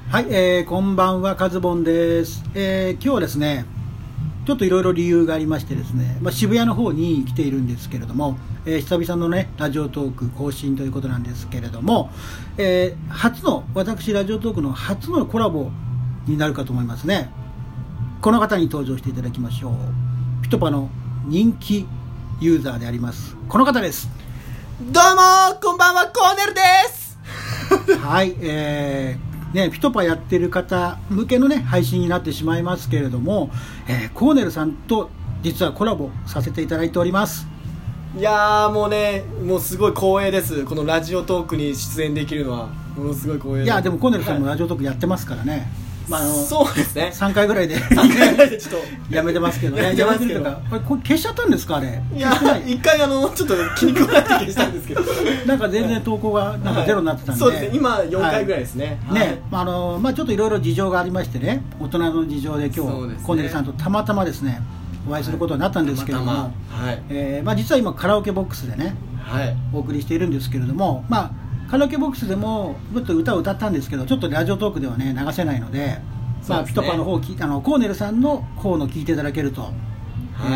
はい、こんばんは、カズボンです。今日はですね、ちょっといろいろ理由がありましてですね、渋谷の方に来ているんですけれども、久々のね、ラジオトーク更新ということなんですけれども、私、ラジオトークの初のコラボになるかと思いますね。この方に登場していただきましょう。ピトパの人気ユーザーであります。この方です。 どうもこんばんは、コーネルですはい、ピトパやってる方向けのね配信になってしまいますけれども、コーネルさんと実はコラボさせていただいております。 いやーもうすごい光栄です。このラジオトークに出演できるのはものすごい光栄です。 いやでもコーネルさんもラジオトークやってますからね、 そうですね、 3回ぐらいで 3回ぐらいでちょっとやめてますけどね。 やめてますけど、 これ消しちゃったんですか？あれいや一回ちょっと気に食わなくて消したんですけどなんか全然投稿がなんかゼロになってたんで、 そうですね、今4回ぐらいですね、 はい、ね、ちょっといろいろ事情がありましてね、大人の事情で今日、コーネルさんとたまたまですねお会いすることになったんですけれども、はい、実は今カラオケボックスでね、はい、お送りしているんですけれども、カラオケボックスでもちょっと歌を歌ったんですけど、ちょっとラジオトークではね流せないので、ピトパの方コーネルさんの方の聞いていただけると、はい、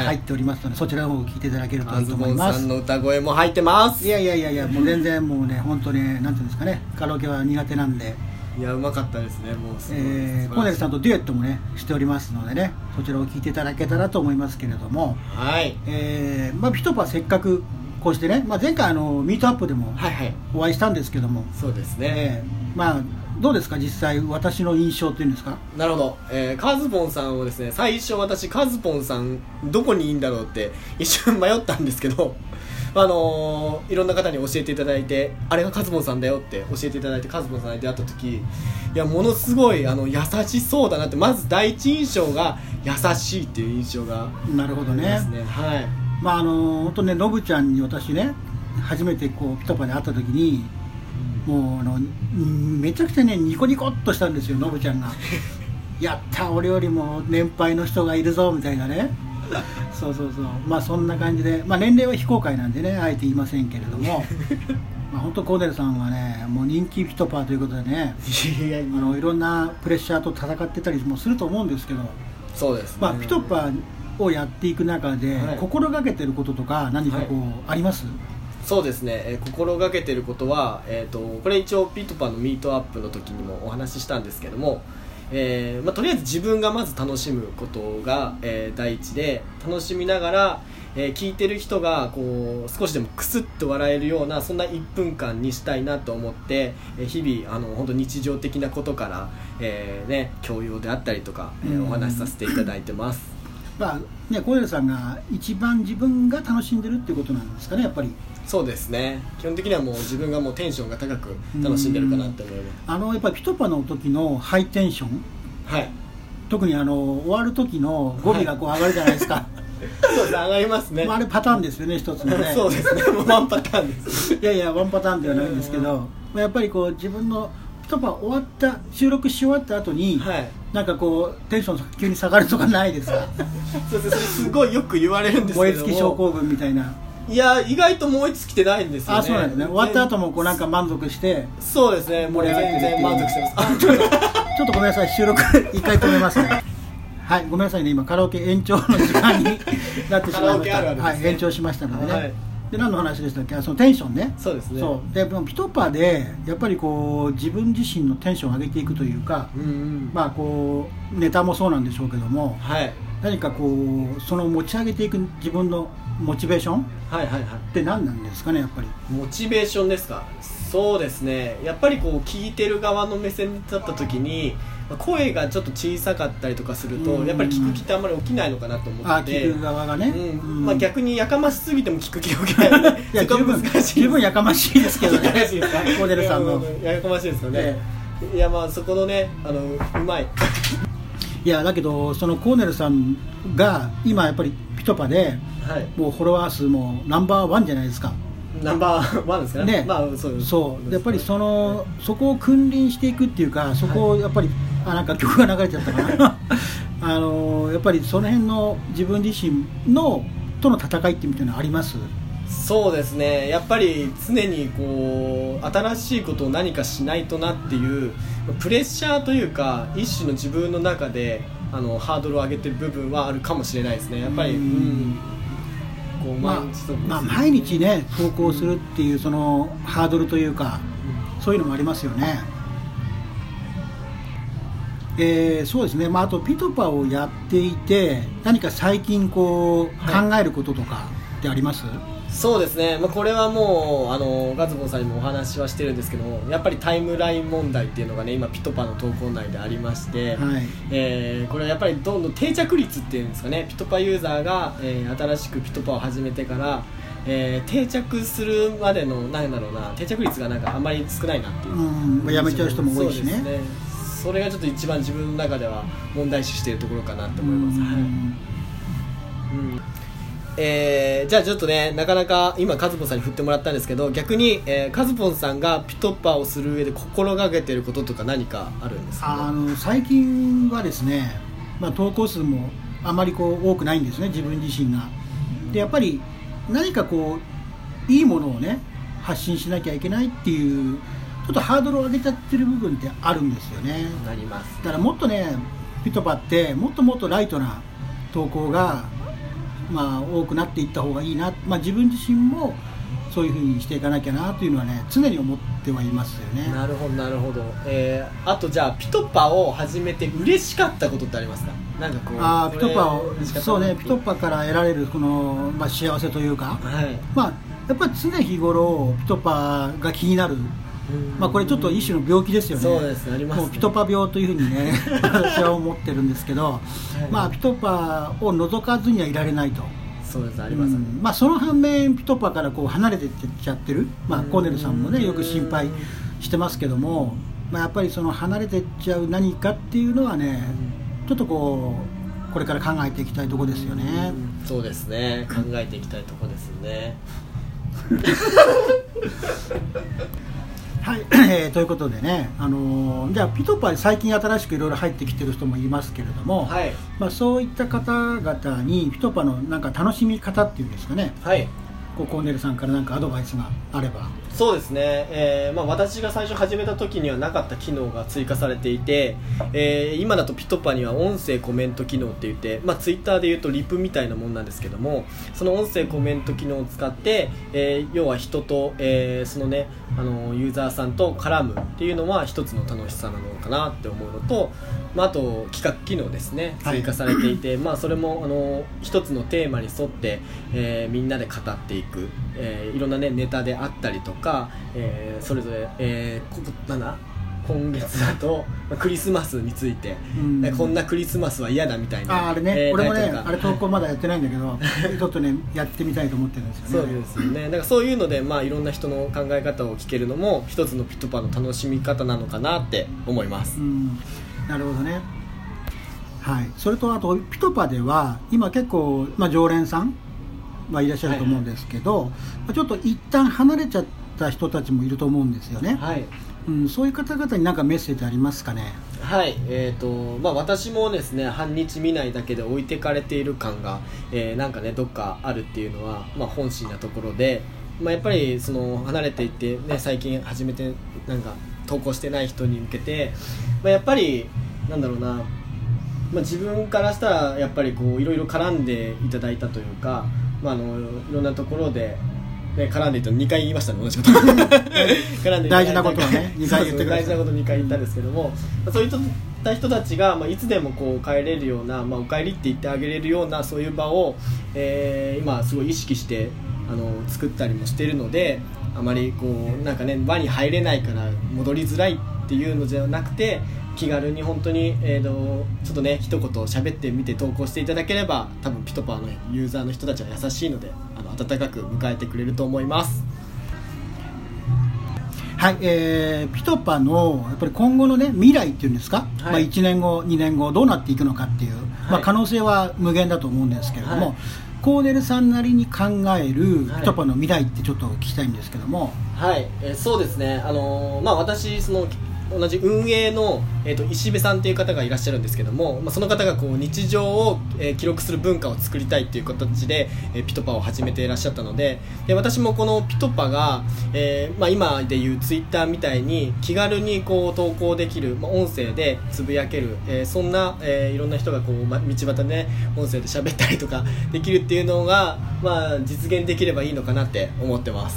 入っておりますので、そちらの方を聞いていただけるといいと思います。 カズボンさんの歌声も入ってます。 いやもう全然もうね本当になんていうんですかね、カラオケは苦手なんで、 いやうまかったですね。もうすごい、 コーネルさんとデュエットもねしておりますのでね、そちらを聞いていただけたらと思いますけれども、 はい、 ピトパせっかくこうしてね、前回ミートアップでもお会いしたんですけども、 そうですね、 どうですか実際私の印象というんですか。 なるほど、カズポンさんをですね、最初私カズポンさんどこにいいんだろうって一瞬迷ったんですけどいろんな方に教えていただいて、あれがカズポンさんだよって教えていただいて、カズポンさんに出会った時、いやものすごい優しそうだなって、まず第一印象が優しいっていう印象がありますね。 なるほどね、 はい、 本当ね、ノブちゃんに私ね初めてこうピトパで会った時に、もうめちゃくちゃねニコニコっとしたんですよ、ノブちゃんがやった俺よりも年配の人がいるぞみたいなねそうそんな感じで、年齢は非公開なんでねあえて言いませんけれども本当コーネルさんはねもう人気ピトパということでねいろんなプレッシャーと戦ってたりもすると思うんですけど、 そうですね、 ピトパをやっていく中で、心がけてることとか何かこう、あります？ そうですね、心がけてることは、これ一応ピトパのミートアップの時にもお話ししたんですけども、とりあえず自分がまず楽しむことが、第一で、楽しみながら、聞いてる人がこう少しでもクスッと笑えるような、そんな1分間にしたいなと思って、日々本当日常的なことから、教養であったりとか、お話しさせていただいてます。 コーネルさんが一番自分が楽しんでるっていうことなんですかね、やっぱり。 そうですね、基本的にはもう自分がもうテンションが高く楽しんでるかなって思います。 やっぱりピトパの時のハイテンション、はい、特に終わる時の語尾がこう上がるじゃないですか、 そうですね、上がりますね。 あれパターンですよね、一つのねそうですね、もうワンパターンですいやワンパターンではないんですけど、やっぱりこう自分のピトパ終わった収録し終わった後に、なんかこうテンション急に下がるとかないですか？ そうですね、すごいよく言われるんですけども、 燃え尽き症候群みたいな。 いや意外と燃え尽きてないんですよね。 そうなんですね。終わった後もこうなんか満足して。 そうですね、もう全然満足してます。 ちょっとごめんなさい、収録一回止めますね。はい、ごめんなさいね、今カラオケ延長の時間になってしまいました。はい、延長しましたのでね。で何の話でしたっけ？そのテンションね。 そうですね。 でピトパでやっぱりこう自分自身のテンションを上げていくというか、こうネタもそうなんでしょうけども、何かこうその持ち上げていく自分のモチベーションって何なんですかね、やっぱり。 モチベーションですか？そうですね、やっぱりこう聞いてる側の目線に立った時に声がちょっと小さかったりとかすると、やっぱり聞く気ってあんまり起きないのかなと思って。 聞く側がね、 逆にやかましすぎても聞く気が起きないのでいや十分やかましいですけどねコーネルさんのやかましいですよね、いやそこのねうまいいやだけどそのコーネルさんが今やっぱりピトパで、もうフォロワー数もナンバーワンじゃないですか。 ナンバーワンですかね。 そうやっぱりそこを君臨していくっていうか、そこをやっぱりなんか曲が流れちゃったかなやっぱりその辺の自分自身のとの戦いっていうのはあります？ そうですね、やっぱり常にこう新しいことを何かしないとなっていうプレッシャーというか一種の自分の中でハードルを上げてる部分はあるかもしれないですね。やっぱり、こう毎日ね投稿するっていうそのハードルというか、そういうのもありますよね。そうですね、あとピトパをやっていて何か最近こう、考えることとかってあります？ そうですね、これはもうガズボンさんにもお話はしてるんですけども、やっぱりタイムライン問題っていうのがね今ピトパの投稿内でありまして、これはやっぱりどんどん定着率っていうんですかね、ピトパユーザーが、新しくピトパを始めてから、定着するまでの定着率がなんかあんまり少ないなっていう、 やめちゃう人も多いしね。 そうですね、それがちょっと一番自分の中では問題視しているところかなと思います。じゃあちょっとね、なかなか今カズポンさんに振ってもらったんですけど、逆に、カズポンさんがピトパをする上で心がけていることとか何かあるんですかね？ 最近はですね、投稿数もあまりこう多くないんですね、自分自身が。でやっぱり何かこういいものをね発信しなきゃいけないっていうちょっとハードルを上げちゃってる部分ってあるんですよね。 なります。 だからもっとねピトパってもっともっとライトな投稿が多くなっていった方がいいな、自分自身もそういう風にしていかなきゃなというのはね常に思ってはいますよね。 なるほどなるほど。あとじゃあピトパを始めて嬉しかったことってありますか？なんかこうピトパをそうね、ピトパから得られるこの、幸せというか、やっぱり常日頃ピトパが気になる、これちょっと一種の病気ですよね。 そうです、ありますね。 もうピトパ病というふうにね私は思ってるんですけど、ピトパを除かずにはいられないと。 そうです、ありますね。 その反面ピトパからこう離れていっちゃってる、コーネルさんもねよく心配してますけども、やっぱりその離れていっちゃう何かっていうのはね、ちょっとこれから考えていきたいところですよね。 そうですね、考えていきたいところですねはい、ということでね、じゃあピトパに最近新しくいろいろ入ってきてる人もいますけれども、そういった方々にピトパのなんか楽しみ方っていうんですかね、コーネルさんからなんかアドバイスがあれば。 そうですね、私が最初始めた時にはなかった機能が追加されていて、今だとピトパには音声コメント機能って言って、ツイッターで言うとリプみたいなもんなんですけども、その音声コメント機能を使って、要は人と、そのねユーザーさんと絡むっていうのは一つの楽しさなのかなって思うのと、あと企画機能ですね、追加されていて、それも一つのテーマに沿って、みんなで語っていく、いろんな、ネタであったりとか、それぞれ、今月だとクリスマスについて、こんなクリスマスは嫌だみたいな。 あれね、俺もねあれ投稿まだやってないんだけどちょっとねやってみたいと思ってるんですよね。 そうですよね。だからそういうので、いろんな人の考え方を聞けるのも一つのピトパの楽しみ方なのかなって思います。 なるほどね。それとあとピトパでは今結構、常連さんいらっしゃると思うんですけど、ちょっと一旦離れちゃった人たちもいると思うんですよね。そういう方々に何かメッセージありますかね？ 私もですね半日見ないだけで置いてかれている感が、どっかあるっていうのは、本心なところで、やっぱりその離れていって、最近初めて投稿してない人に向けて、やっぱり自分からしたらやっぱりいろいろ絡んでいただいたというか、いろんなところで絡んでいた2回言いましたね、同じこと絡んで大事なことはね2回言ってください。 大事なこと2回言ったんですけども、そういった人たちが、いつでも帰れるような、お帰りって言ってあげれるようなそういう場を、今すごい意識して作ったりもしているので、あまり輪に入れないから戻りづらいっていうのじゃなくて、気軽に本当に、ちょっとね一言喋ってみて投稿していただければ、多分ピトパのユーザーの人たちは優しいので温かく迎えてくれると思います。 ピトパのやっぱり今後のね未来っていうんですか、1年後2年後どうなっていくのかっていう、可能性は無限だと思うんですけれども、コーネルさんなりに考えるピトパの未来ってちょっと聞きたいんですけども。 そうですね、私その同じ運営の、石部さんっていう方がいらっしゃるんですけども、その方がこう日常を、記録する文化を作りたいっていう形で、ピトパを始めていらっしゃったので、私もこのピトパが、今でいうツイッターみたいに気軽にこう投稿できる、音声でつぶやける、そんな、いろんな人がこう、道端で、ね、音声で喋ったりとかできるっていうのが、実現できればいいのかなって思ってます。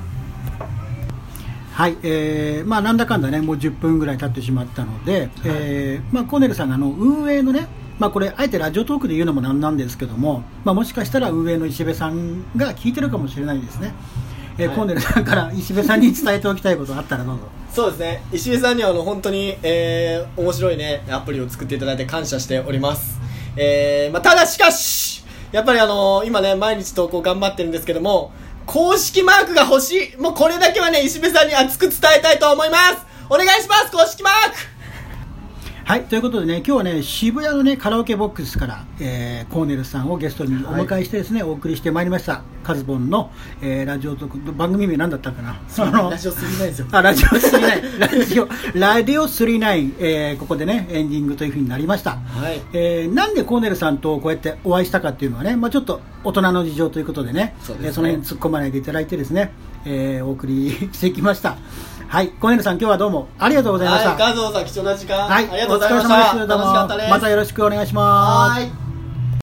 はい、なんだかんだねもう10分ぐらい経ってしまったので、コーネルさんが運営のね、これあえてラジオトークで言うのもなんなんですけども、もしかしたら運営の石部さんが聞いてるかもしれないですね。コーネルさんから石部さんに伝えておきたいことがあったらどうぞ。 そうですね、石部さんには本当に、面白いねアプリを作っていただいて感謝しております。ただしかしやっぱり今ね毎日投稿頑張ってるんですけども、公式マークが欲しい。もうこれだけはね石部さんに熱く伝えたいと思います。お願いします、公式マーク。 はい、ということでね、今日はね渋谷のねカラオケボックスから、コーネルさんをゲストにお迎えしてですね、お送りしてまいりましたカズボンの、ラジオトーク、番組名何だったかな、 ラジオ39ですよ。 ラジオ39ラジオ39、ここでねエンディングという風になりました。 はい、 なんでコーネルさんとこうやってお会いしたかっていうのはね、ちょっと大人の事情ということでね、その辺突っ込まないでいただいてですね、お送りしてきました。はい、コーネルさん今日はどうもありがとうございました。 カズボンさん貴重な時間、 はい、 ありがとうございました。 お疲れ様です。どうも楽しかったです。 またよろしくお願いします。 はい。